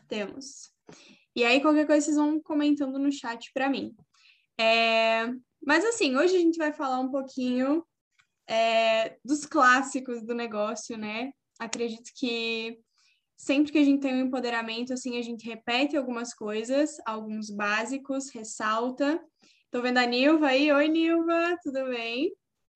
Temos. E aí, qualquer coisa, vocês vão comentando no chat para mim. Mas assim, hoje a gente vai falar um pouquinho dos clássicos do negócio, né? Acredito que sempre que a gente tem um empoderamento, assim, a gente repete algumas coisas, alguns básicos, ressalta. Tô vendo a Nilva aí. Oi, Nilva, tudo bem?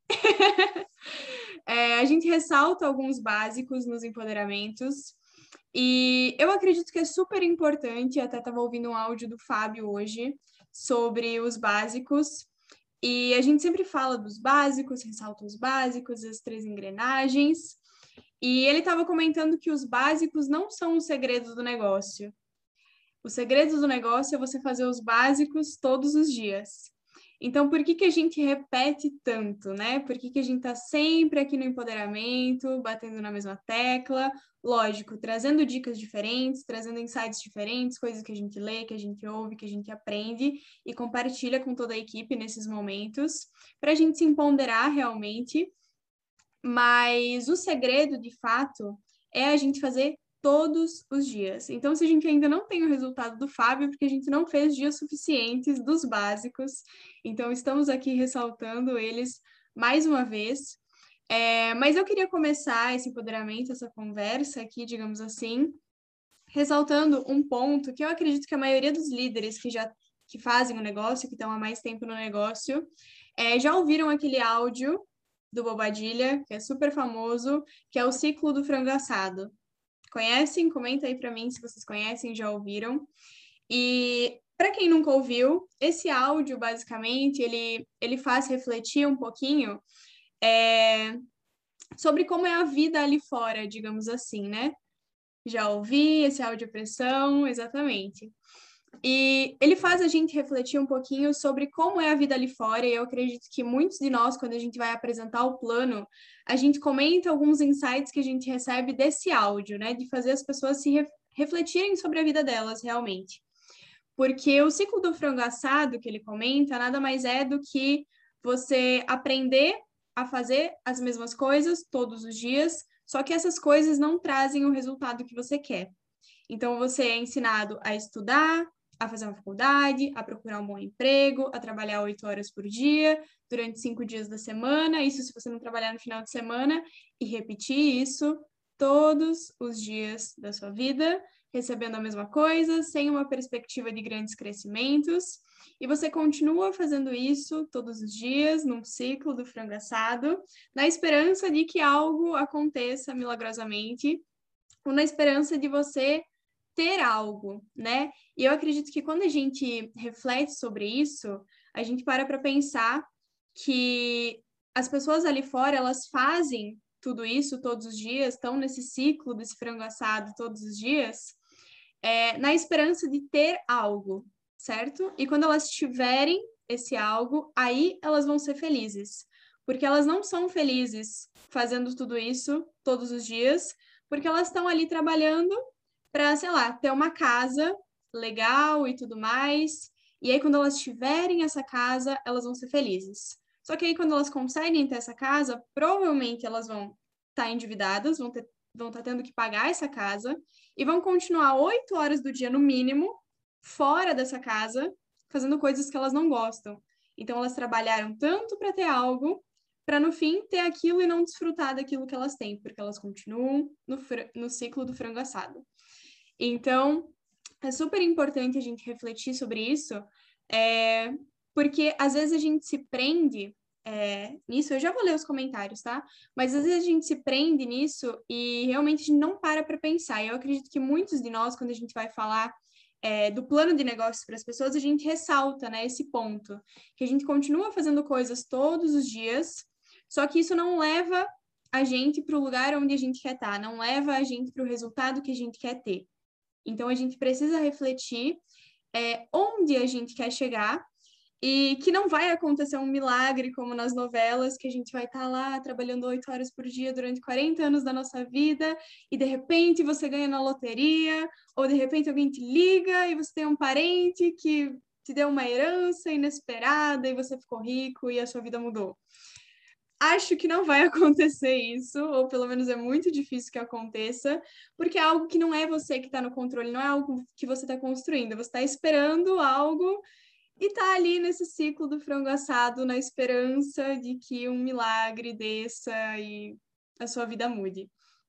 A gente ressalta alguns básicos nos empoderamentos. E eu acredito que é super importante, até estava ouvindo um áudio do Fábio hoje sobre os básicos. E a gente sempre fala dos básicos, ressalta os básicos, as 3 engrenagens. E ele estava comentando que os básicos não são os segredos do negócio. O segredo do negócio é você fazer os básicos todos os dias. Então, por que a gente repete tanto, né? Por que a gente está sempre aqui no empoderamento, batendo na mesma tecla? Lógico, trazendo dicas diferentes, trazendo insights diferentes, coisas que a gente lê, que a gente ouve, que a gente aprende e compartilha com toda a equipe nesses momentos, para a gente se empoderar realmente. Mas o segredo, de fato, é a gente fazer todos os dias. Então, se a gente ainda não tem o resultado do Fábio, porque a gente não fez dias suficientes dos básicos, então estamos aqui ressaltando eles mais uma vez. Mas eu queria começar esse empoderamento, essa conversa aqui, digamos assim, ressaltando um ponto que eu acredito que a maioria dos líderes que fazem o negócio, que estão há mais tempo no negócio, já ouviram aquele áudio do Bobadilha, que é super famoso, que é o ciclo do frango assado. Conhecem? Comenta aí para mim se vocês conhecem, já ouviram. E para quem nunca ouviu, esse áudio, basicamente, ele faz refletir um pouquinho sobre como é a vida ali fora, digamos assim, né? Já ouvi esse áudio pressão, exatamente. E ele faz a gente refletir um pouquinho sobre como é a vida ali fora, e eu acredito que muitos de nós, quando a gente vai apresentar o plano, a gente comenta alguns insights que a gente recebe desse áudio, né? De fazer as pessoas se refletirem sobre a vida delas, realmente. Porque o ciclo do frango assado que ele comenta nada mais é do que você aprender a fazer as mesmas coisas todos os dias, só que essas coisas não trazem o resultado que você quer. Então, você é ensinado a estudar, a fazer uma faculdade, a procurar um bom emprego, a trabalhar 8 horas por dia, durante 5 dias da semana, isso se você não trabalhar no final de semana, e repetir isso todos os dias da sua vida, recebendo a mesma coisa, sem uma perspectiva de grandes crescimentos, e você continua fazendo isso todos os dias, num ciclo do frango assado, na esperança de que algo aconteça milagrosamente, ou na esperança de você ter algo, né? E eu acredito que quando a gente reflete sobre isso, a gente para pensar que as pessoas ali fora, elas fazem tudo isso todos os dias, estão nesse ciclo desse frango assado todos os dias, na esperança de ter algo, certo? E quando elas tiverem esse algo, aí elas vão ser felizes. Porque elas não são felizes fazendo tudo isso todos os dias, porque elas estão ali trabalhando para, sei lá, ter uma casa legal e tudo mais. E aí, quando elas tiverem essa casa, elas vão ser felizes. Só que aí, quando elas conseguem ter essa casa, provavelmente elas vão estar endividadas, vão estar tendo que pagar essa casa e vão continuar 8 horas do dia, no mínimo, fora dessa casa, fazendo coisas que elas não gostam. Então, elas trabalharam tanto para ter algo, para no fim ter aquilo e não desfrutar daquilo que elas têm, porque elas continuam no ciclo do frango assado. Então, é super importante a gente refletir sobre isso, porque às vezes a gente se prende nisso. Eu já vou ler os comentários, tá? Mas às vezes a gente se prende nisso e realmente a gente não para pensar. E eu acredito que muitos de nós, quando a gente vai falar do plano de negócios para as pessoas, a gente ressalta, né, esse ponto, que a gente continua fazendo coisas todos os dias, só que isso não leva a gente para o lugar onde a gente quer estar, não leva a gente para o resultado que a gente quer ter. Então, a gente precisa refletir onde a gente quer chegar e que não vai acontecer um milagre como nas novelas, que a gente vai estar lá trabalhando 8 horas por dia durante 40 anos da nossa vida e de repente você ganha na loteria, ou de repente alguém te liga e você tem um parente que te deu uma herança inesperada e você ficou rico e a sua vida mudou. Acho que não vai acontecer isso, ou pelo menos é muito difícil que aconteça, porque é algo que não é você que está no controle, não é algo que você está construindo, você está esperando algo e está ali nesse ciclo do frango assado, na esperança de que um milagre desça e a sua vida mude.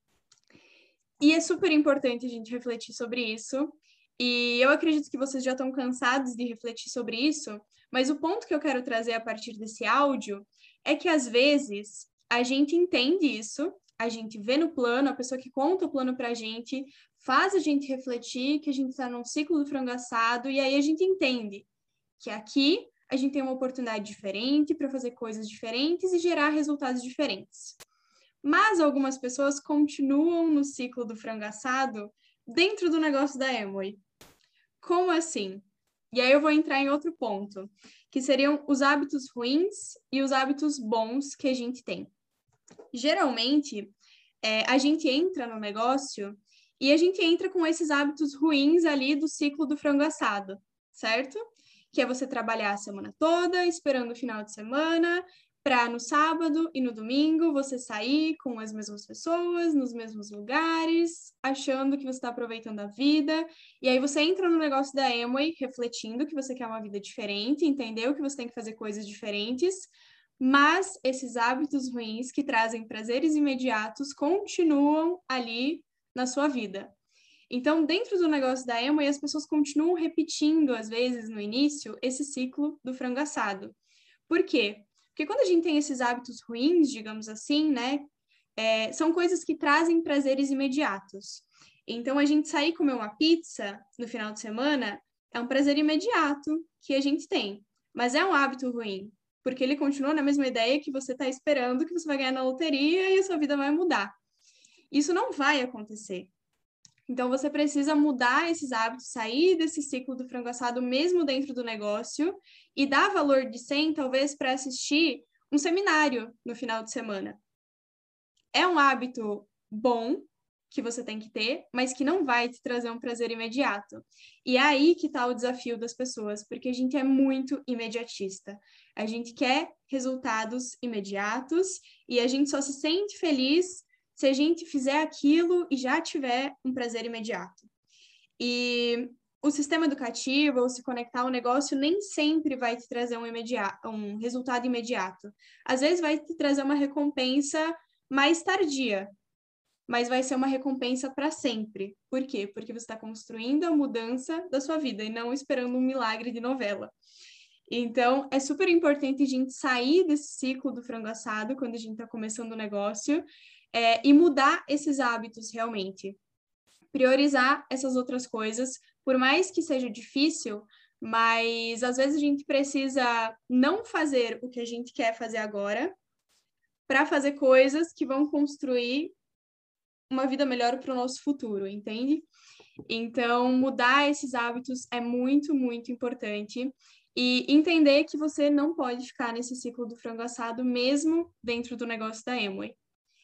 E é super importante a gente refletir sobre isso. E eu acredito que vocês já estão cansados de refletir sobre isso, mas o ponto que eu quero trazer a partir desse áudio é que, às vezes, a gente entende isso, a gente vê no plano, a pessoa que conta o plano para a gente faz a gente refletir que a gente está num ciclo do frango assado, e aí a gente entende que aqui a gente tem uma oportunidade diferente para fazer coisas diferentes e gerar resultados diferentes. Mas algumas pessoas continuam no ciclo do frango assado dentro do negócio da Amway. Como assim? E aí eu vou entrar em outro ponto, que seriam os hábitos ruins e os hábitos bons que a gente tem. Geralmente, a gente entra no negócio e a gente entra com esses hábitos ruins ali do ciclo do frango assado, certo? Que é você trabalhar a semana toda, esperando o final de semana, para no sábado e no domingo você sair com as mesmas pessoas, nos mesmos lugares, achando que você está aproveitando a vida. E aí você entra no negócio da Amway, refletindo que você quer uma vida diferente, entendeu que você tem que fazer coisas diferentes, mas esses hábitos ruins que trazem prazeres imediatos continuam ali na sua vida. Então, dentro do negócio da Amway, as pessoas continuam repetindo, às vezes, no início, esse ciclo do frango assado. Por quê? Porque quando a gente tem esses hábitos ruins, digamos assim, né, são coisas que trazem prazeres imediatos. Então, a gente sair comer uma pizza no final de semana é um prazer imediato que a gente tem, mas é um hábito ruim, porque ele continua na mesma ideia que você está esperando que você vai ganhar na loteria e a sua vida vai mudar. Isso não vai acontecer. Então, você precisa mudar esses hábitos, sair desse ciclo do frango assado mesmo dentro do negócio e dar valor de 100, talvez, para assistir um seminário no final de semana. É um hábito bom que você tem que ter, mas que não vai te trazer um prazer imediato. E é aí que está o desafio das pessoas, porque a gente é muito imediatista. A gente quer resultados imediatos e a gente só se sente feliz se a gente fizer aquilo e já tiver um prazer imediato. E o sistema educativo, ou se conectar ao negócio, nem sempre vai te trazer um resultado imediato. Às vezes vai te trazer uma recompensa mais tardia, mas vai ser uma recompensa para sempre. Por quê? Porque você está construindo a mudança da sua vida e não esperando um milagre de novela. Então, é super importante a gente sair desse ciclo do frango assado quando a gente está começando o negócio, e mudar esses hábitos realmente. Priorizar essas outras coisas, por mais que seja difícil, mas às vezes a gente precisa não fazer o que a gente quer fazer agora para fazer coisas que vão construir uma vida melhor para o nosso futuro, entende? Então, mudar esses hábitos é muito, muito importante. E entender que você não pode ficar nesse ciclo do frango assado mesmo dentro do negócio da Amway.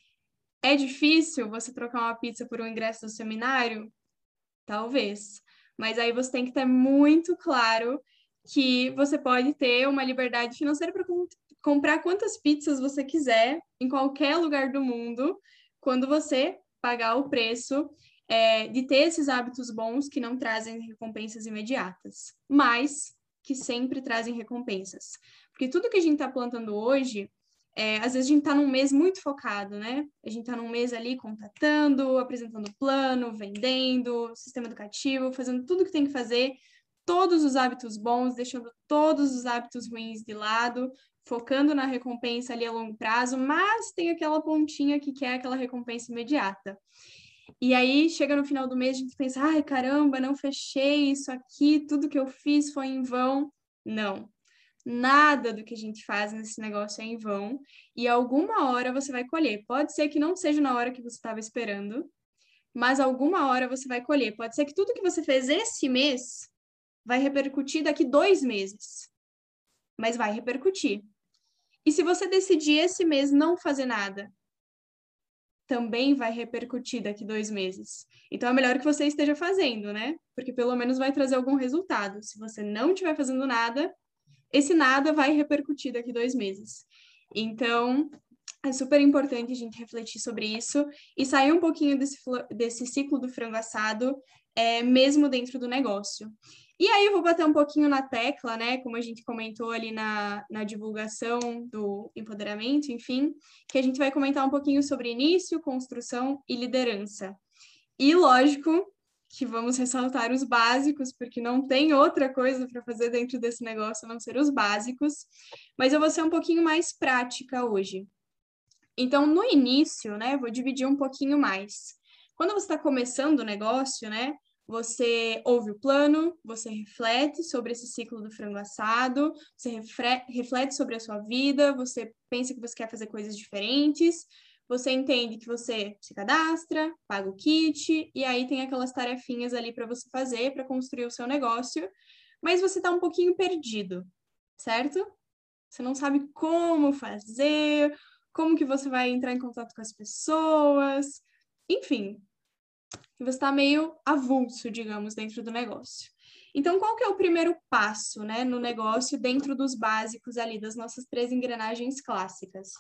É difícil você trocar uma pizza por um ingresso do seminário? Talvez. Mas aí você tem que ter muito claro que você pode ter uma liberdade financeira para comprar quantas pizzas você quiser em qualquer lugar do mundo, quando você pagar o preço de ter esses hábitos bons que não trazem recompensas imediatas, mas que sempre trazem recompensas. Porque tudo que a gente está plantando hoje, às vezes a gente está num mês muito focado, né? A gente está num mês ali contatando, apresentando plano, vendendo, sistema educativo, fazendo tudo que tem que fazer, todos os hábitos bons, deixando todos os hábitos ruins de lado, focando na recompensa ali a longo prazo, mas tem aquela pontinha que quer aquela recompensa imediata. E aí, chega no final do mês, a gente pensa, ai, caramba, não fechei isso aqui, tudo que eu fiz foi em vão. Não. Nada do que a gente faz nesse negócio é em vão, e alguma hora você vai colher. Pode ser que não seja na hora que você estava esperando, mas alguma hora você vai colher. Pode ser que tudo que você fez esse mês vai repercutir daqui 2 meses, mas vai repercutir. E se você decidir esse mês não fazer nada, também vai repercutir daqui 2 meses. Então é melhor que você esteja fazendo, né? Porque pelo menos vai trazer algum resultado. Se você não estiver fazendo nada, esse nada vai repercutir daqui 2 meses. Então, É super importante a gente refletir sobre isso e sair um pouquinho desse ciclo do frango assado, mesmo dentro do negócio. E aí eu vou bater um pouquinho na tecla, né? Como a gente comentou ali na divulgação do empoderamento, enfim, que a gente vai comentar um pouquinho sobre início, construção e liderança. E lógico que vamos ressaltar os básicos, porque não tem outra coisa para fazer dentro desse negócio a não ser os básicos, mas eu vou ser um pouquinho mais prática hoje. Então, no início, né, vou dividir um pouquinho mais. Quando você está começando o negócio, né, você ouve o plano, você reflete sobre esse ciclo do frango assado, você reflete sobre a sua vida, você pensa que você quer fazer coisas diferentes, você entende que você se cadastra, paga o kit, e aí tem aquelas tarefinhas ali para você fazer, para construir o seu negócio, mas você está um pouquinho perdido, certo? Você não sabe como fazer, como que você vai entrar em contato com as pessoas, enfim, você está meio avulso, digamos, dentro do negócio. Então, qual que é o primeiro passo, né, no negócio, dentro dos básicos ali, das nossas 3 engrenagens clássicas?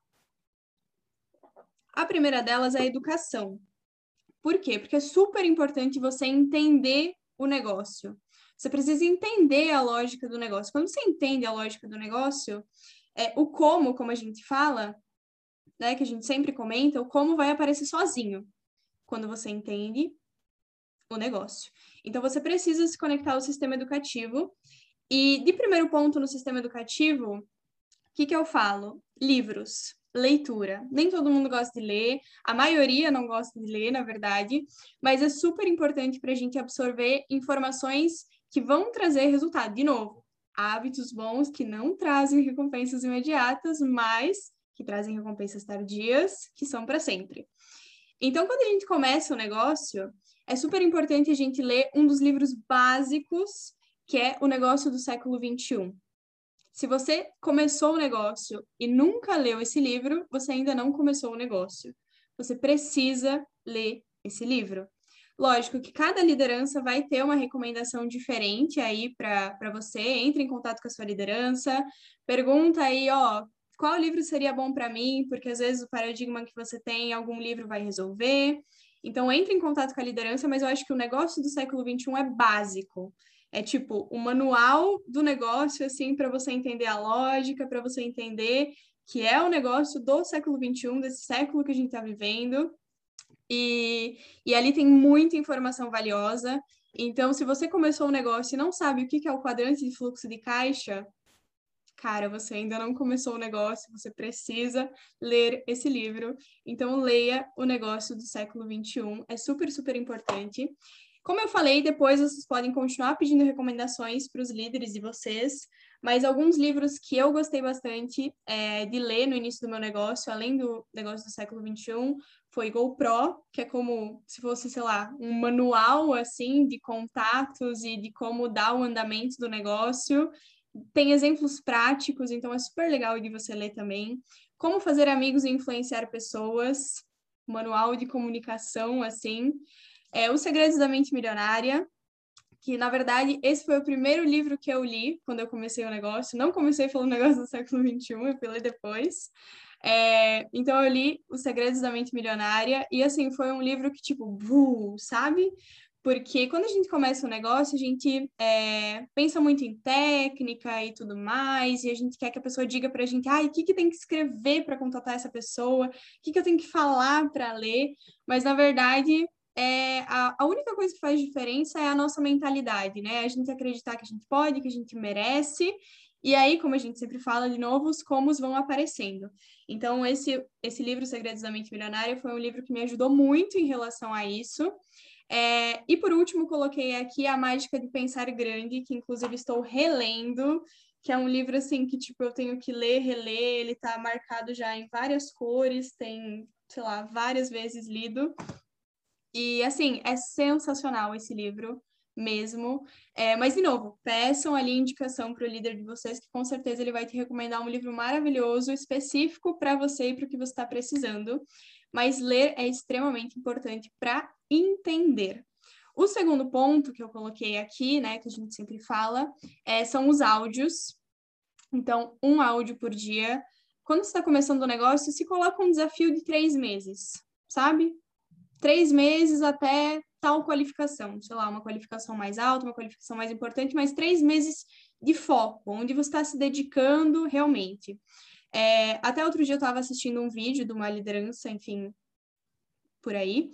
A primeira delas é a educação. Por quê? Porque é super importante você entender o negócio. Você precisa entender a lógica do negócio. Quando você entende a lógica do negócio, o como a gente fala, né, que a gente sempre comenta, o como vai aparecer sozinho quando você entende o negócio. Então, você precisa se conectar ao sistema educativo. E, de primeiro ponto no sistema educativo, o que eu falo? Livros, leitura. Nem todo mundo gosta de ler, a maioria não gosta de ler, na verdade, mas é super importante para a gente absorver informações que vão trazer resultado. De novo, hábitos bons que não trazem recompensas imediatas, mas que trazem recompensas tardias, que são para sempre. Então, quando a gente começa o negócio, é super importante a gente ler um dos livros básicos, que é O Negócio do Século XXI. Se você começou o negócio e nunca leu esse livro, você ainda não começou o negócio. Você precisa ler esse livro. Lógico que cada liderança vai ter uma recomendação diferente aí para você. Entre em contato com a sua liderança, pergunta aí, ó, qual livro seria bom para mim, porque às vezes o paradigma que você tem, algum livro vai resolver. Então, entre em contato com a liderança, mas eu acho que o negócio do século XXI é básico. É tipo o manual do negócio, assim, para você entender a lógica, para você entender que é o negócio do século XXI, desse século que a gente está vivendo. E ali tem muita informação valiosa. Então, se você começou um negócio e não sabe o que é o quadrante de fluxo de caixa, cara, você ainda não começou o negócio, você precisa ler esse livro. Então, leia O Negócio do Século XXI, é super, super importante. Como eu falei, depois vocês podem continuar pedindo recomendações para os líderes de vocês, mas alguns livros que eu gostei bastante de ler no início do meu negócio, além do Negócio do Século XXI, foi GoPro, que é como se fosse, sei lá, um manual, assim, de contatos e de como dar o andamento do negócio. Tem exemplos práticos, então é super legal de você ler também. Como fazer amigos e influenciar pessoas, manual de comunicação, assim. Os Segredos da Mente Milionária, que, na verdade, esse foi o primeiro livro que eu li quando eu comecei o negócio. Não comecei pelo negócio do século XXI, eu fui ler depois. Então, eu li Os Segredos da Mente Milionária e, assim, foi um livro que, tipo, sabe? Porque quando a gente começa um negócio, a gente pensa muito em técnica e tudo mais, e a gente quer que a pessoa diga pra gente, o que tem que escrever para contatar essa pessoa, o que eu tenho que falar para ler, mas, na verdade, a única coisa que faz diferença é a nossa mentalidade, né? A gente acreditar que a gente pode, que a gente merece, e aí, como a gente sempre fala de novo, os comos vão aparecendo. Então, esse livro, Segredos da Mente Milionária, foi um livro que me ajudou muito em relação a isso. E por último, coloquei aqui A Mágica de Pensar Grande, que inclusive estou relendo, que é um livro assim que tipo eu tenho que ler, reler, ele está marcado já em várias cores, tem, sei lá, várias vezes lido. E assim, é sensacional esse livro mesmo. Mas, de novo, peçam ali indicação para o líder de vocês, que com certeza ele vai te recomendar um livro maravilhoso, específico para você e para o que você está precisando. Mas ler é extremamente importante para entender. O segundo ponto que eu coloquei aqui, né, que a gente sempre fala, são os áudios. Então, um áudio por dia quando você está começando o negócio, se coloca um desafio de 3 meses, sabe? 3 meses até tal qualificação, sei lá, uma qualificação mais alta, uma qualificação mais importante, mas 3 meses de foco, onde você está se dedicando realmente. Até outro dia eu estava assistindo um vídeo de uma liderança, enfim, por aí,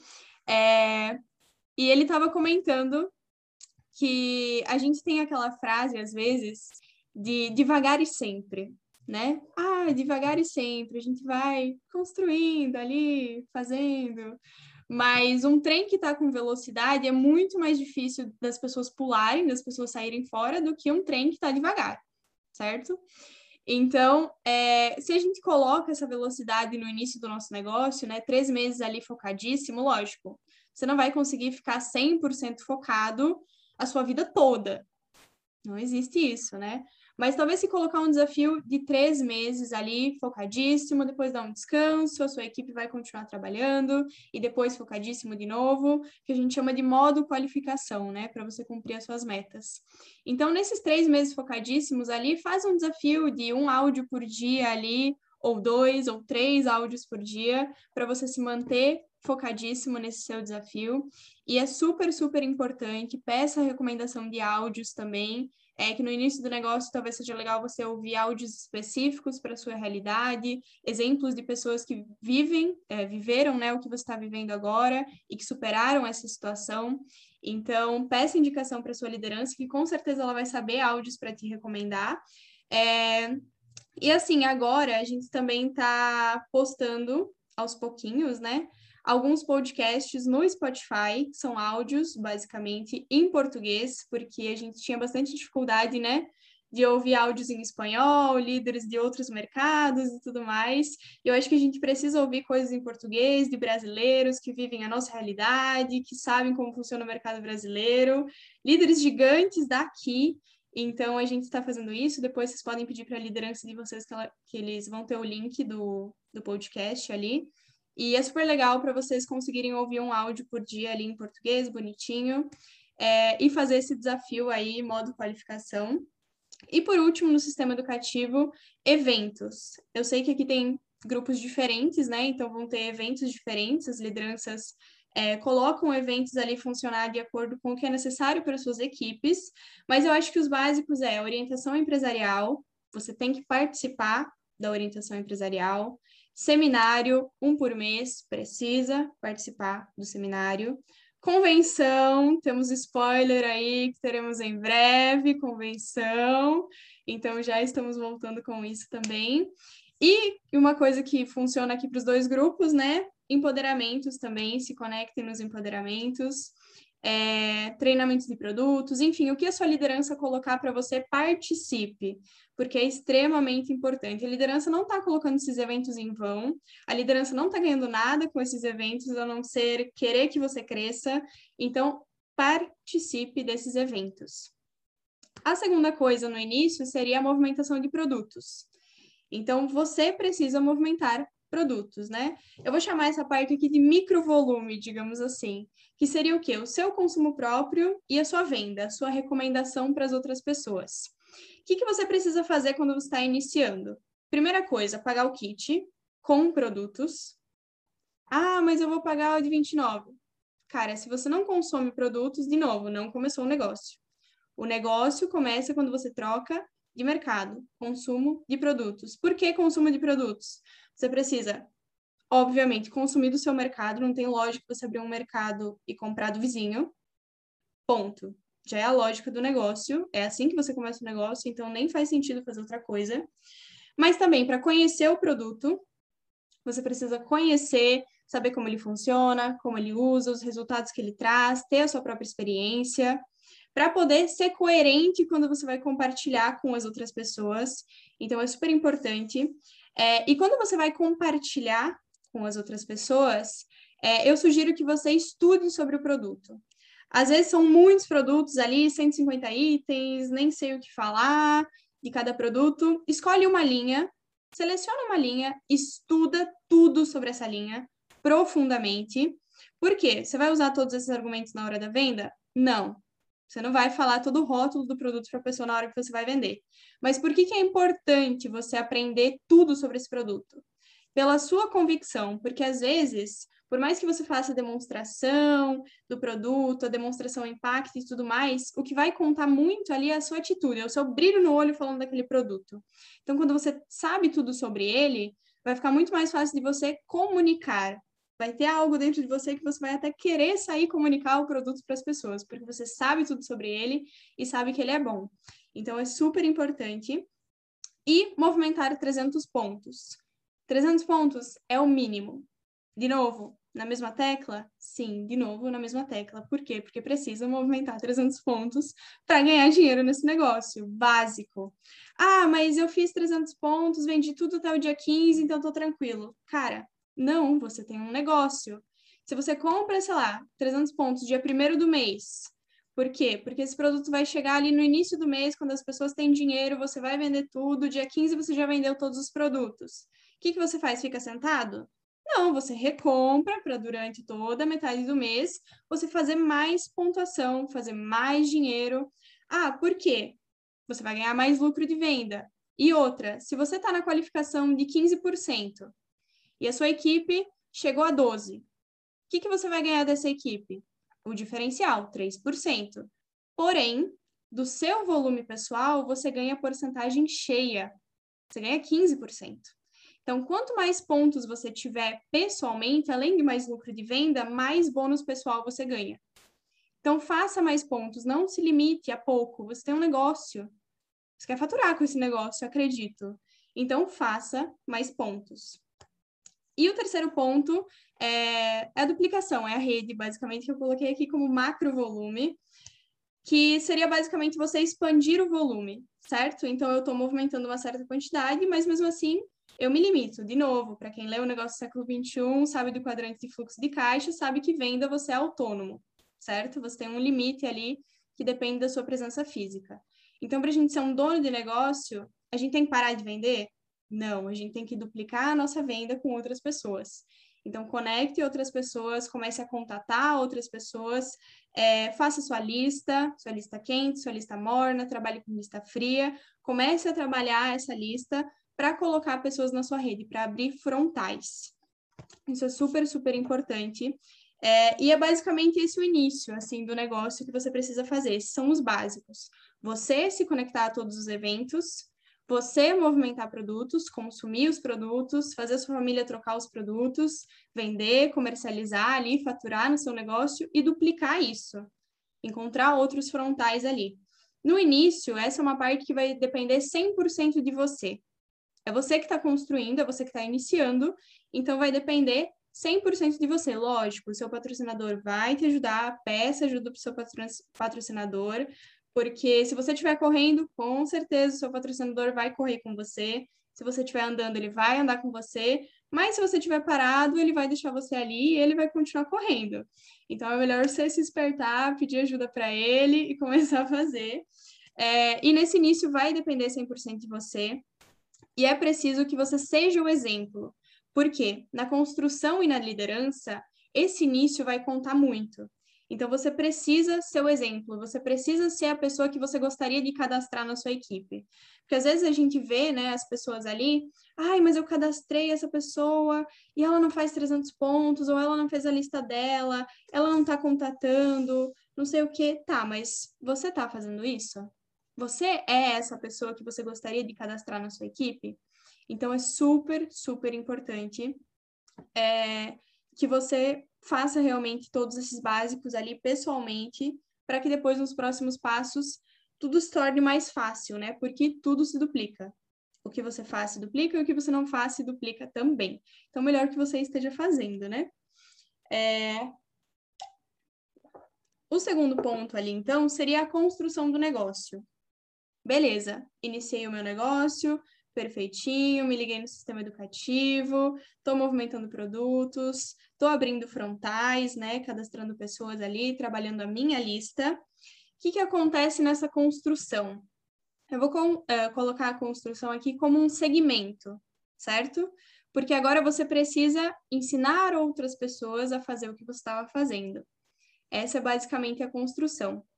e ele estava comentando que a gente tem aquela frase, às vezes, de devagar e sempre, né? Devagar e sempre, a gente vai construindo ali, fazendo. Mas um trem que está com velocidade é muito mais difícil das pessoas pularem, das pessoas saírem fora, do que um trem que está devagar, certo? Então, se a gente coloca essa velocidade no início do nosso negócio, né, 3 meses ali focadíssimo, lógico, você não vai conseguir ficar 100% focado a sua vida toda. Não existe isso, né? Mas talvez se colocar um desafio de 3 meses ali, focadíssimo, depois dar um descanso, a sua equipe vai continuar trabalhando, e depois focadíssimo de novo, que a gente chama de modo qualificação, né? Para você cumprir as suas metas. Então, nesses 3 meses focadíssimos ali, faz um desafio de 1 áudio por dia ali, ou 2 ou 3 áudios por dia, para você se manter focadíssimo nesse seu desafio. E é super, super importante, peça a recomendação de áudios também, que no início do negócio talvez seja legal você ouvir áudios específicos para a sua realidade, exemplos de pessoas que viveram, né, o que você está vivendo agora e que superaram essa situação. Então, peça indicação para a sua liderança, que com certeza ela vai saber áudios para te recomendar. E assim, agora a gente também está postando aos pouquinhos, né? Alguns podcasts no Spotify, são áudios, basicamente, em português, porque a gente tinha bastante dificuldade, né? De ouvir áudios em espanhol, líderes de outros mercados e tudo mais. E eu acho que a gente precisa ouvir coisas em português, de brasileiros que vivem a nossa realidade, que sabem como funciona o mercado brasileiro, líderes gigantes daqui. Então, a gente está fazendo isso. Depois, vocês podem pedir para a liderança de vocês que eles vão ter o link do podcast ali. E é super legal para vocês conseguirem ouvir um áudio por dia ali em português, bonitinho, e fazer esse desafio aí, modo qualificação. E por último, no sistema educativo, eventos. Eu sei que aqui tem grupos diferentes, né? Então vão ter eventos diferentes, as lideranças colocam eventos ali funcionar de acordo com o que é necessário para suas equipes, mas eu acho que os básicos orientação empresarial, você tem que participar da orientação empresarial, seminário, 1 por mês, precisa participar do seminário. Convenção, temos spoiler aí que teremos em breve, convenção, então já estamos voltando com isso também. E uma coisa que funciona aqui para os 2 grupos, né? Empoderamentos também, se conectem nos empoderamentos, treinamentos de produtos, enfim, o que a sua liderança colocar para você, participe, porque é extremamente importante. A liderança não está colocando esses eventos em vão, a liderança não está ganhando nada com esses eventos, a não ser querer que você cresça, então participe desses eventos. A segunda coisa no início seria a movimentação de produtos. Então, você precisa movimentar produtos, né? Eu vou chamar essa parte aqui de microvolume, digamos assim, que seria o quê? O seu consumo próprio e a sua venda, a sua recomendação para as outras pessoas. O que você precisa fazer quando você está iniciando? Primeira coisa, pagar o kit com produtos. Mas eu vou pagar o de 29. Cara, se você não consome produtos, de novo, não começou o negócio. O negócio começa quando você troca de mercado, consumo de produtos. Por que consumo de produtos? Você precisa, obviamente, consumir do seu mercado, não tem lógica você abrir um mercado e comprar do vizinho, ponto. Já é a lógica do negócio, é assim que você começa o negócio, então nem faz sentido fazer outra coisa. Mas também, para conhecer o produto, você precisa conhecer, saber como ele funciona, como ele usa, os resultados que ele traz, ter a sua própria experiência, para poder ser coerente quando você vai compartilhar com as outras pessoas. Então, é super importante. E quando você vai compartilhar com as outras pessoas, eu sugiro que você estude sobre o produto. Às vezes são muitos produtos ali, 150 itens, nem sei o que falar de cada produto. Escolhe uma linha, seleciona uma linha, estuda tudo sobre essa linha profundamente. Por quê? Você vai usar todos esses argumentos na hora da venda? Não. Você não vai falar todo o rótulo do produto para a pessoa na hora que você vai vender. Mas por que é importante você aprender tudo sobre esse produto? Pela sua convicção, porque às vezes, por mais que você faça a demonstração do produto, a demonstração impacto e tudo mais, o que vai contar muito ali é a sua atitude, é o seu brilho no olho falando daquele produto. Então, quando você sabe tudo sobre ele, vai ficar muito mais fácil de você comunicar. Vai ter algo dentro de você que você vai até querer sair comunicar o produto para as pessoas, porque você sabe tudo sobre ele e sabe que ele é bom. Então, é super importante. E movimentar 300 pontos. 300 pontos é o mínimo. De novo, na mesma tecla? Sim, de novo, na mesma tecla. Por quê? Porque precisa movimentar 300 pontos para ganhar dinheiro nesse negócio. Básico. Ah, mas eu fiz 300 pontos, vendi tudo até o dia 15, então tô tranquilo. Cara, não, você tem um negócio. Se você compra, sei lá, 300 pontos dia 1º do mês, por quê? Porque esse produto vai chegar ali no início do mês, quando as pessoas têm dinheiro, você vai vender tudo, dia 15 você já vendeu todos os produtos. O que você faz? Fica sentado? Não, você recompra para durante toda a metade do mês você fazer mais pontuação, fazer mais dinheiro. Ah, por quê? Você vai ganhar mais lucro de venda. E outra, se você está na qualificação de 15% e a sua equipe chegou a 12%, o que você vai ganhar dessa equipe? O diferencial, 3%. Porém, do seu volume pessoal, você ganha porcentagem cheia. Você ganha 15%. Então, quanto mais pontos você tiver pessoalmente, além de mais lucro de venda, mais bônus pessoal você ganha. Então, faça mais pontos, não se limite a pouco. Você tem um negócio. Você quer faturar com esse negócio, eu acredito. Então, faça mais pontos. E o terceiro ponto é a duplicação, é a rede, basicamente, que eu coloquei aqui como macro volume, que seria basicamente você expandir o volume, certo? Então, eu estou movimentando uma certa quantidade, mas mesmo assim, eu me limito. De novo, para quem lê o negócio do século XXI, sabe do quadrante de fluxo de caixa, sabe que venda você é autônomo, certo? Você tem um limite ali que depende da sua presença física. Então, para a gente ser um dono de negócio, a gente tem que parar de vender? Não, a gente tem que duplicar a nossa venda com outras pessoas. Então, conecte outras pessoas, comece a contatar outras pessoas, faça sua lista quente, sua lista morna, trabalhe com lista fria, comece a trabalhar essa lista para colocar pessoas na sua rede, para abrir frontais. Isso é super, super importante. E é basicamente esse o início, assim, do negócio que você precisa fazer. Esses são os básicos. Você se conectar a todos os eventos, você movimentar produtos, consumir os produtos, fazer a sua família trocar os produtos, vender, comercializar ali, faturar no seu negócio e duplicar isso. Encontrar outros frontais ali. No início, essa é uma parte que vai depender 100% de você. É você que está construindo, é você que está iniciando, então vai depender 100% de você. Lógico, o seu patrocinador vai te ajudar, peça ajuda para o seu patrocinador, porque se você estiver correndo, com certeza o seu patrocinador vai correr com você. Se você estiver andando, ele vai andar com você. Mas se você estiver parado, ele vai deixar você ali e ele vai continuar correndo. Então é melhor você se espertar, pedir ajuda para ele e começar a fazer. E nesse início vai depender 100% de você. E é preciso que você seja o exemplo. Por quê? Na construção e na liderança, esse início vai contar muito. Então, você precisa ser o exemplo, você precisa ser a pessoa que você gostaria de cadastrar na sua equipe. Porque às vezes a gente vê, né, as pessoas ali, ai, mas eu cadastrei essa pessoa e ela não faz 300 pontos, ou ela não fez a lista dela, ela não está contatando, não sei o quê. Tá, mas você está fazendo isso? Você é essa pessoa que você gostaria de cadastrar na sua equipe? Então, é super, super importante que você faça realmente todos esses básicos ali pessoalmente, para que depois, nos próximos passos, tudo se torne mais fácil, né? Porque tudo se duplica. O que você faz se duplica e o que você não faz se duplica também. Então, melhor que você esteja fazendo, né? O segundo ponto ali, então, seria a construção do negócio. Beleza, iniciei o meu negócio, perfeitinho, me liguei no sistema educativo, estou movimentando produtos, estou abrindo frontais, né, cadastrando pessoas ali, trabalhando a minha lista. O que acontece nessa construção? Eu vou colocar a construção aqui como um segmento, certo? Porque agora você precisa ensinar outras pessoas a fazer o que você estava fazendo. Essa é basicamente a construção.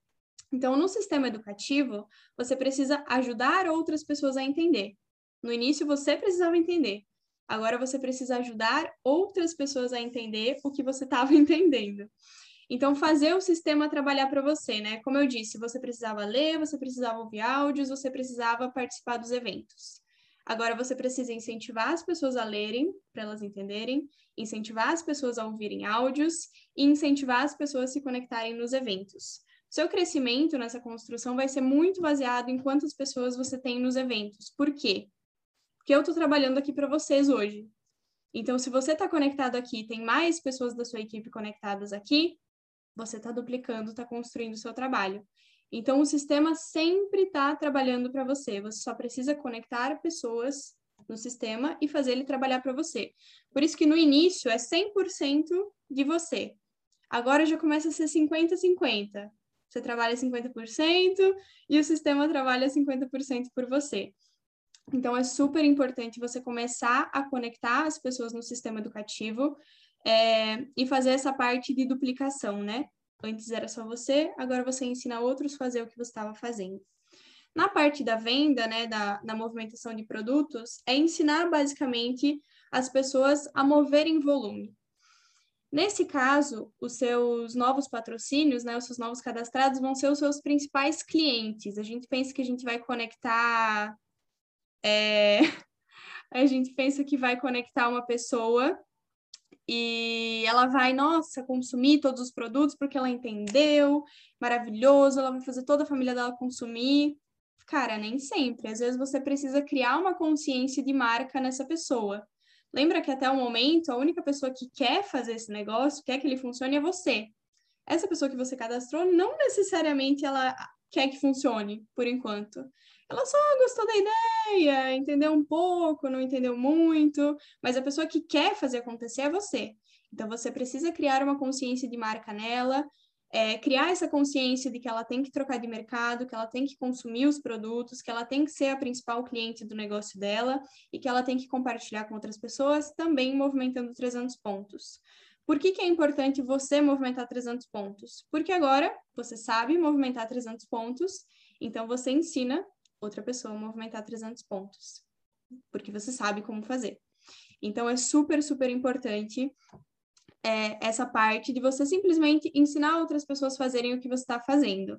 Então, no sistema educativo, você precisa ajudar outras pessoas a entender. No início, você precisava entender. Agora, você precisa ajudar outras pessoas a entender o que você estava entendendo. Então, fazer o sistema trabalhar para você, né? Como eu disse, você precisava ler, você precisava ouvir áudios, você precisava participar dos eventos. Agora, você precisa incentivar as pessoas a lerem, para elas entenderem, incentivar as pessoas a ouvirem áudios e incentivar as pessoas a se conectarem nos eventos. Seu crescimento nessa construção vai ser muito baseado em quantas pessoas você tem nos eventos. Por quê? Porque eu estou trabalhando aqui para vocês hoje. Então, se você está conectado aqui, tem mais pessoas da sua equipe conectadas aqui, você está duplicando, está construindo o seu trabalho. Então, o sistema sempre está trabalhando para você. Você só precisa conectar pessoas no sistema e fazer ele trabalhar para você. Por isso que no início é 100% de você. Agora já começa a ser 50-50. Você trabalha 50% e o sistema trabalha 50% por você. Então, é super importante você começar a conectar as pessoas no sistema educativo e fazer essa parte de duplicação, né? Antes era só você, agora você ensina outros a fazer o que você estava fazendo. Na parte da venda, né, da movimentação de produtos, é ensinar basicamente as pessoas a moverem volume. Nesse caso, os seus novos patrocínios, né, os seus novos cadastrados vão ser os seus principais clientes. A gente pensa que a gente vai conectar... A gente pensa que vai conectar uma pessoa e ela vai, nossa, consumir todos os produtos porque ela entendeu, maravilhoso, ela vai fazer toda a família dela consumir. Cara, nem sempre. Às vezes você precisa criar uma consciência de marca nessa pessoa. Lembra que até o momento, a única pessoa que quer fazer esse negócio, quer que ele funcione, é você. Essa pessoa que você cadastrou, não necessariamente ela quer que funcione, por enquanto. Ela só gostou da ideia, entendeu um pouco, não entendeu muito, mas a pessoa que quer fazer acontecer é você. Então, você precisa criar uma consciência de marca nela, criar essa consciência de que ela tem que trocar de mercado, que ela tem que consumir os produtos, que ela tem que ser a principal cliente do negócio dela e que ela tem que compartilhar com outras pessoas, também movimentando 300 pontos. Por que é importante você movimentar 300 pontos? Porque agora você sabe movimentar 300 pontos, então você ensina outra pessoa a movimentar 300 pontos, porque você sabe como fazer. Então, é super, super importante essa parte de você simplesmente ensinar outras pessoas a fazerem o que você está fazendo.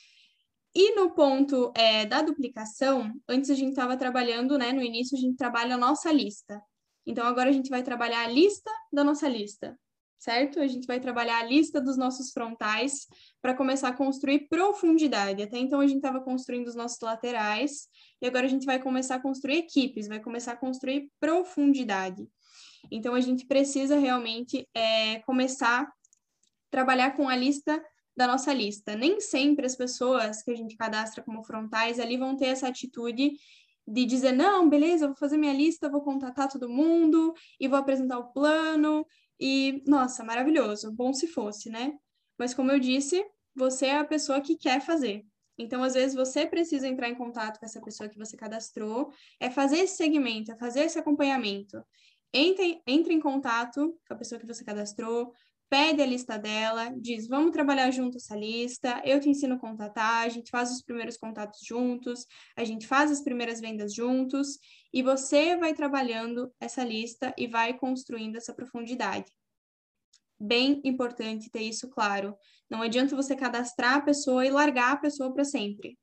E no ponto da duplicação, antes a gente estava trabalhando, né? No início a gente trabalha a nossa lista. Então, agora a gente vai trabalhar a lista da nossa lista, certo? A gente vai trabalhar a lista dos nossos frontais para começar a construir profundidade. Até então a gente estava construindo os nossos laterais e agora a gente vai começar a construir equipes, vai começar a construir profundidade. Então, a gente precisa realmente começar a trabalhar com a lista da nossa lista. Nem sempre as pessoas que a gente cadastra como frontais ali vão ter essa atitude de dizer, não, beleza, eu vou fazer minha lista, vou contatar todo mundo e vou apresentar o plano e, nossa, maravilhoso, bom se fosse, né? Mas como eu disse, você é a pessoa que quer fazer. Então, às vezes, você precisa entrar em contato com essa pessoa que você cadastrou, fazer esse segmento, fazer esse acompanhamento. Entre em contato com a pessoa que você cadastrou, pede a lista dela, diz, vamos trabalhar junto essa lista, eu te ensino a contatar, a gente faz os primeiros contatos juntos, a gente faz as primeiras vendas juntos, e você vai trabalhando essa lista e vai construindo essa profundidade. Bem importante ter isso claro. Não adianta você cadastrar a pessoa e largar a pessoa para sempre.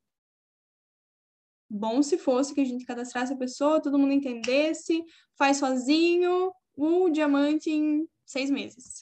Bom se fosse que a gente cadastrasse a pessoa, todo mundo entendesse, faz sozinho o diamante em 6 meses.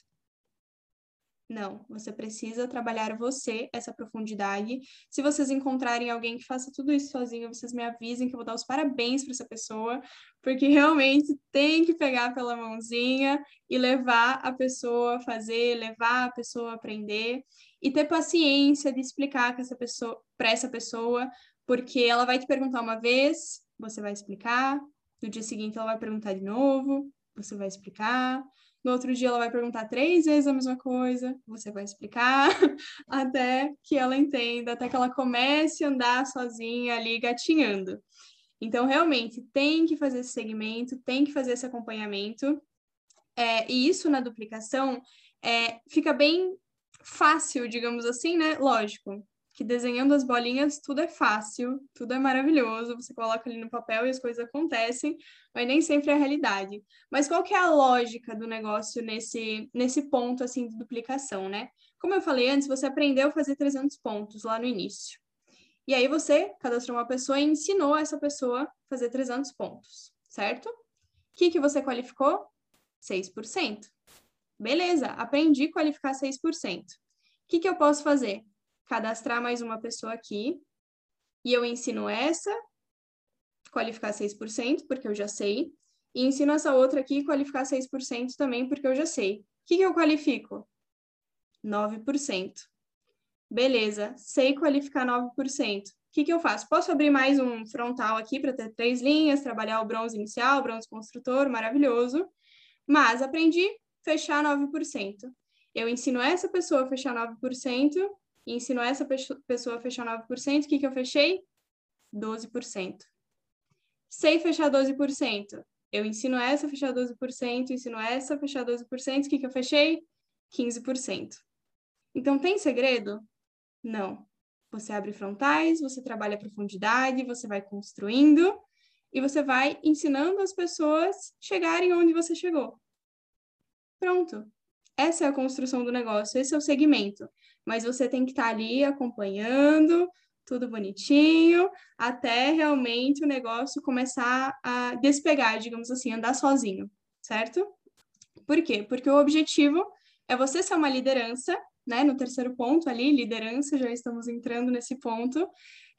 Não, você precisa trabalhar você, essa profundidade. Se vocês encontrarem alguém que faça tudo isso sozinho, vocês me avisem que eu vou dar os parabéns para essa pessoa, porque realmente tem que pegar pela mãozinha e levar a pessoa a fazer, levar a pessoa a aprender e ter paciência de explicar para essa pessoa, porque ela vai te perguntar uma vez, você vai explicar, no dia seguinte ela vai perguntar de novo, você vai explicar. No outro dia ela vai perguntar 3 vezes a mesma coisa, você vai explicar até que ela entenda, até que ela comece a andar sozinha ali gatinhando. Então, realmente, tem que fazer esse segmento, tem que fazer esse acompanhamento. E isso na duplicação fica bem fácil, digamos assim, né? Lógico. que desenhando as bolinhas tudo é fácil, tudo é maravilhoso, você coloca ali no papel e as coisas acontecem, mas nem sempre é a realidade. Mas qual que é a lógica do negócio nesse ponto, assim, de duplicação, né? Como eu falei antes, você aprendeu a fazer 300 pontos lá no início. E aí você cadastrou uma pessoa e ensinou essa pessoa a fazer 300 pontos, certo? O que você qualificou? 6%. Beleza, aprendi a qualificar 6%. O que eu posso fazer? Cadastrar mais uma pessoa aqui e eu ensino essa qualificar 6%, porque eu já sei, e ensino essa outra aqui qualificar 6% também, porque eu já sei. O que eu qualifico? 9%. Beleza, sei qualificar 9%. O que eu faço? Posso abrir mais um frontal aqui para ter 3 linhas, trabalhar o bronze inicial, bronze construtor, maravilhoso. Mas aprendi a fechar 9%. Eu ensino essa pessoa a fechar 9%, e ensino essa pessoa a fechar 9%. O que eu fechei? 12%. Sei fechar 12%. Eu ensino essa a fechar 12%, ensino essa a fechar 12%. O que eu fechei? 15%. Então, tem segredo? Não. Você abre frontais, você trabalha a profundidade, você vai construindo e você vai ensinando as pessoas chegarem onde você chegou. Pronto. Essa é a construção do negócio, esse é o segmento. Mas você tem que estar ali acompanhando, tudo bonitinho, até realmente o negócio começar a despegar, digamos assim, andar sozinho, certo? Por quê? Porque o objetivo é você ser uma liderança, né? No terceiro ponto ali, liderança, já estamos entrando nesse ponto.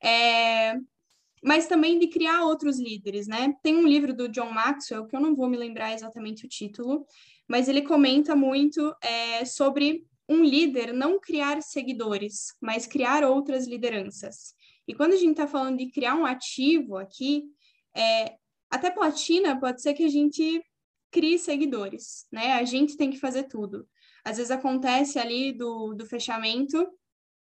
Mas também de criar outros líderes, né? Tem um livro do John Maxwell, que eu não vou me lembrar exatamente o título, mas ele comenta muito sobre um líder não criar seguidores, mas criar outras lideranças. E quando a gente está falando de criar um ativo aqui, até platina pode ser que a gente crie seguidores, né? A gente tem que fazer tudo. Às vezes acontece ali do fechamento. Vou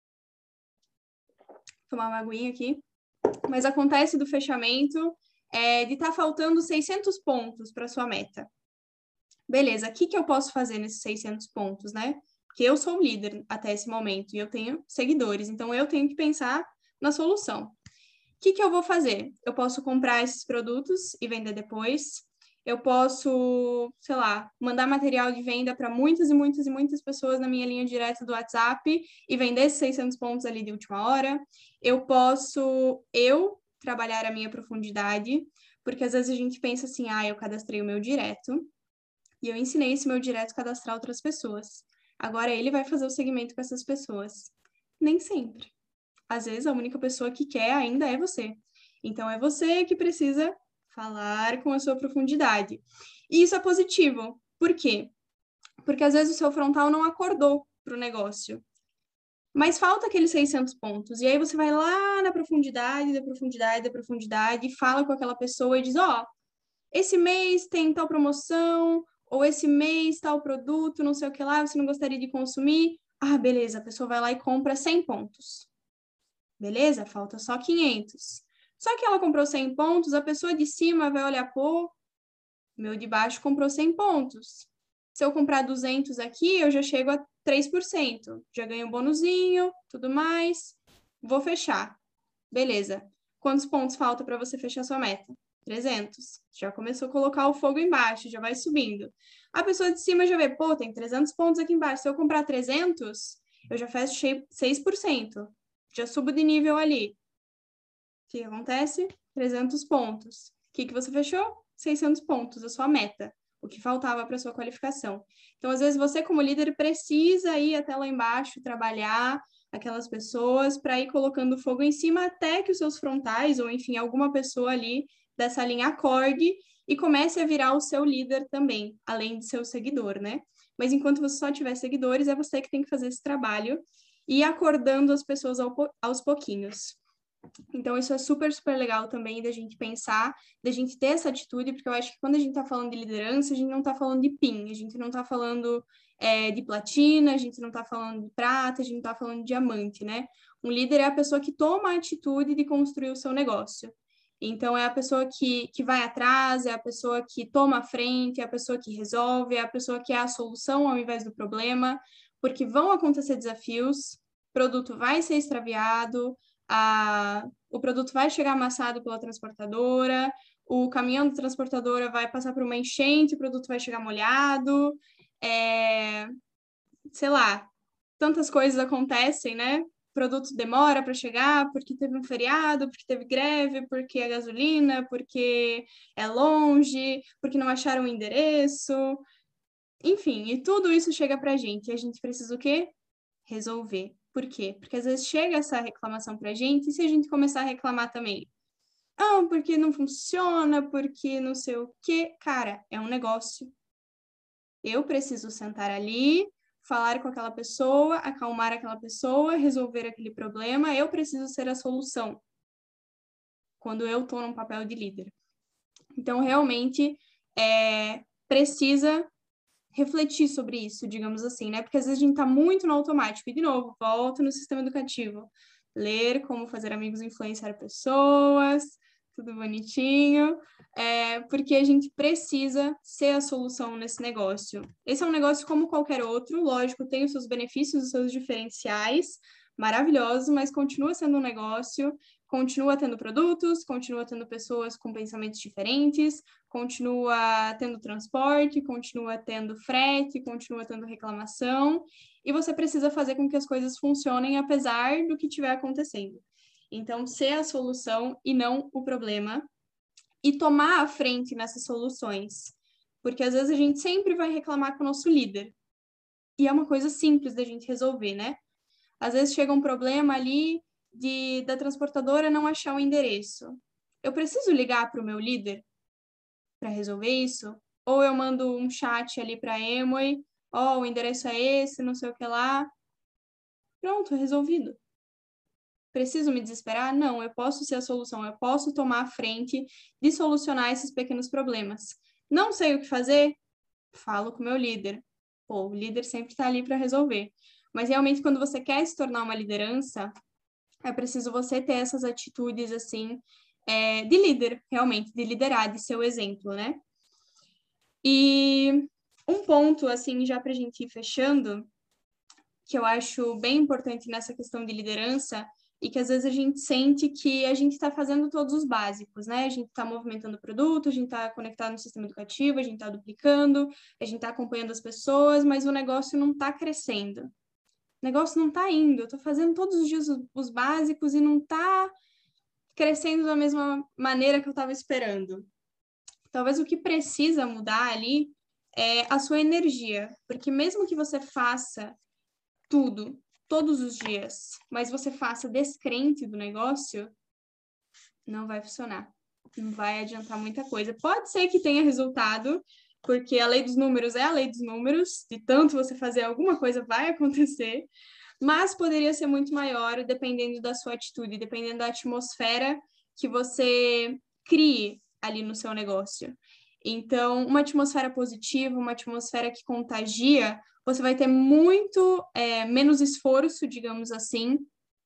tomar uma aguinha aqui. Mas acontece do fechamento de estar faltando 600 pontos para sua meta. Beleza, o que eu posso fazer nesses 600 pontos, né? Porque eu sou o líder até esse momento e eu tenho seguidores, então eu tenho que pensar na solução. O que eu vou fazer? Eu posso comprar esses produtos e vender depois. Eu posso, sei lá, mandar material de venda para muitas e muitas e muitas pessoas na minha linha direta do WhatsApp e vender esses 600 pontos ali de última hora. Eu posso, trabalhar a minha profundidade, porque às vezes a gente pensa assim, eu cadastrei o meu direto e eu ensinei esse meu direto a cadastrar outras pessoas. Agora ele vai fazer o segmento com essas pessoas. Nem sempre. Às vezes a única pessoa que quer ainda é você. Então é você que precisa falar com a sua profundidade. E isso é positivo. Por quê? Porque às vezes o seu frontal não acordou para o negócio. Mas falta aqueles 600 pontos. E aí você vai lá na profundidade, da profundidade, da profundidade, e fala com aquela pessoa e diz, esse mês tem tal promoção, ou esse mês tal produto, não sei o que lá, você não gostaria de consumir? Beleza, a pessoa vai lá e compra 100 pontos. Beleza? Falta só 500. Só que ela comprou 100 pontos, a pessoa de cima vai olhar, pô, meu de baixo comprou 100 pontos. Se eu comprar 200 aqui, eu já chego a 3%. Já ganho um bonuzinho, tudo mais. Vou fechar. Beleza. Quantos pontos falta para você fechar sua meta? 300. Já começou a colocar o fogo embaixo, já vai subindo. A pessoa de cima já vê, pô, tem 300 pontos aqui embaixo. Se eu comprar 300, eu já fecho 6%. Já subo de nível ali. O que acontece? 300 pontos. O que você fechou? 600 pontos, a sua meta. O que faltava para sua qualificação. Então, às vezes, você como líder precisa ir até lá embaixo, trabalhar aquelas pessoas para ir colocando fogo em cima até que os seus frontais, ou enfim, alguma pessoa ali dessa linha acorde e comece a virar o seu líder também, além de seu seguidor, né? Mas enquanto você só tiver seguidores, é você que tem que fazer esse trabalho e ir acordando as pessoas aos pouquinhos. Então, isso é super, super legal também da gente pensar, da gente ter essa atitude, porque eu acho que quando a gente está falando de liderança, a gente não está falando de PIN, a gente não está falando de platina, a gente não está falando de prata, a gente não está falando de diamante, né? Um líder é a pessoa que toma a atitude de construir o seu negócio. Então, é a pessoa que vai atrás, é a pessoa que toma a frente, é a pessoa que resolve, é a pessoa que é a solução ao invés do problema, porque vão acontecer desafios, produto vai ser extraviado, o produto vai chegar amassado pela transportadora, o caminhão da transportadora vai passar por uma enchente, o produto vai chegar molhado, sei lá, tantas coisas acontecem, né? O produto demora para chegar porque teve um feriado, porque teve greve, porque é gasolina, porque é longe, porque não acharam o endereço. Enfim, e tudo isso chega para a gente. E a gente precisa o quê? Resolver. Por quê? Porque às vezes chega essa reclamação para a gente e se a gente começar a reclamar também? Ah, porque não funciona, porque não sei o quê. Cara, é um negócio. Eu preciso sentar ali, falar com aquela pessoa, acalmar aquela pessoa, resolver aquele problema. Eu preciso ser a solução quando eu estou num papel de líder. Então, realmente, precisa refletir sobre isso, digamos assim, né? Porque às vezes a gente está muito no automático. E, de novo, volta no sistema educativo. Ler como fazer amigos e influenciar pessoas, tudo bonitinho, porque a gente precisa ser a solução nesse negócio. Esse é um negócio como qualquer outro, lógico, tem os seus benefícios, os seus diferenciais, maravilhoso, mas continua sendo um negócio, continua tendo produtos, continua tendo pessoas com pensamentos diferentes, continua tendo transporte, continua tendo frete, continua tendo reclamação, e você precisa fazer com que as coisas funcionem apesar do que estiver acontecendo. Então, ser a solução e não o problema, e tomar a frente nessas soluções, porque às vezes a gente sempre vai reclamar com o nosso líder, e é uma coisa simples da gente resolver, né? Às vezes chega um problema ali da transportadora não achar o endereço. Eu preciso ligar para o meu líder para resolver isso? Ou eu mando um chat ali para a Emoi, o endereço é esse, não sei o que lá. Pronto, resolvido. Preciso me desesperar? Não, eu posso ser a solução, eu posso tomar a frente de solucionar esses pequenos problemas. Não sei o que fazer? Falo com o meu líder. Pô, o líder sempre está ali para resolver. Mas realmente, quando você quer se tornar uma liderança, é preciso você ter essas atitudes, assim, de líder, realmente, de liderar, de ser o exemplo, né? E um ponto, assim, já para a gente ir fechando, que eu acho bem importante nessa questão de liderança, e que às vezes a gente sente que a gente está fazendo todos os básicos, né? A gente está movimentando o produto, a gente está conectado no sistema educativo, a gente está duplicando, a gente está acompanhando as pessoas, mas o negócio não está crescendo. O negócio não está indo. Eu estou fazendo todos os dias os básicos e não está crescendo da mesma maneira que eu estava esperando. Talvez o que precisa mudar ali é a sua energia, porque mesmo que você faça tudo, todos os dias, mas você faça descrente do negócio, não vai funcionar. Não vai adiantar muita coisa. Pode ser que tenha resultado, porque a lei dos números é a lei dos números, de tanto você fazer alguma coisa vai acontecer, mas poderia ser muito maior dependendo da sua atitude, dependendo da atmosfera que você crie ali no seu negócio. Então, uma atmosfera positiva, uma atmosfera que contagia, você vai ter muito menos esforço, digamos assim,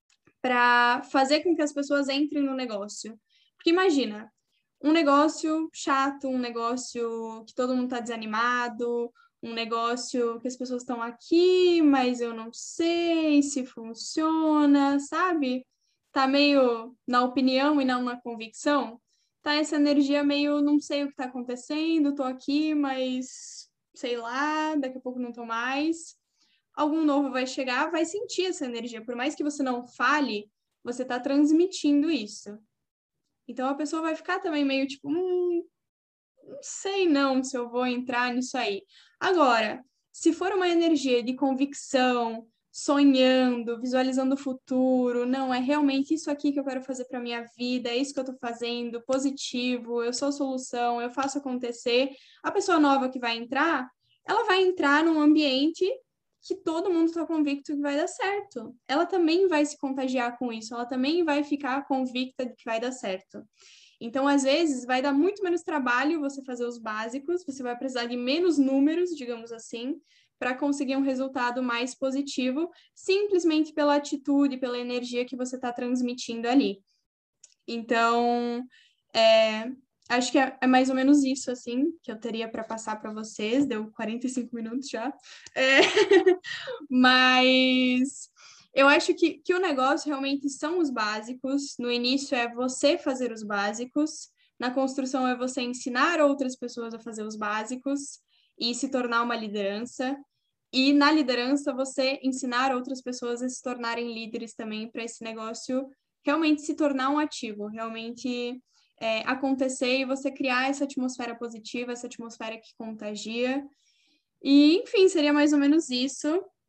para fazer com que as pessoas entrem no negócio. Porque imagina, um negócio chato, um negócio que todo mundo está desanimado, um negócio que as pessoas estão aqui, mas eu não sei se funciona, sabe? Tá meio na opinião e não na convicção. Tá essa energia meio, não sei o que está acontecendo, tô aqui, mas sei lá, daqui a pouco não tô mais. Algum novo vai chegar, vai sentir essa energia. Por mais que você não fale, você está transmitindo isso. Então a pessoa vai ficar também meio tipo, não sei não se eu vou entrar nisso aí. Agora, se for uma energia de convicção, sonhando, visualizando o futuro, não, é realmente isso aqui que eu quero fazer para minha vida, é isso que eu estou fazendo, positivo, eu sou a solução, eu faço acontecer. A pessoa nova que vai entrar, ela vai entrar num ambiente que todo mundo está convicto que vai dar certo. Ela também vai se contagiar com isso, ela também vai ficar convicta de que vai dar certo. Então, às vezes, vai dar muito menos trabalho você fazer os básicos, você vai precisar de menos números, digamos assim, para conseguir um resultado mais positivo, simplesmente pela atitude, pela energia que você está transmitindo ali. Então, acho que é mais ou menos isso, assim, que eu teria para passar para vocês. Deu 45 minutos já. Mas Eu acho que o negócio realmente são os básicos. No início é você fazer os básicos, na construção é você ensinar outras pessoas a fazer os básicos e se tornar uma liderança. E na liderança, você ensinar outras pessoas a se tornarem líderes também para esse negócio realmente se tornar um ativo, realmente acontecer e você criar essa atmosfera positiva, essa atmosfera que contagia. E, enfim, seria mais ou menos isso.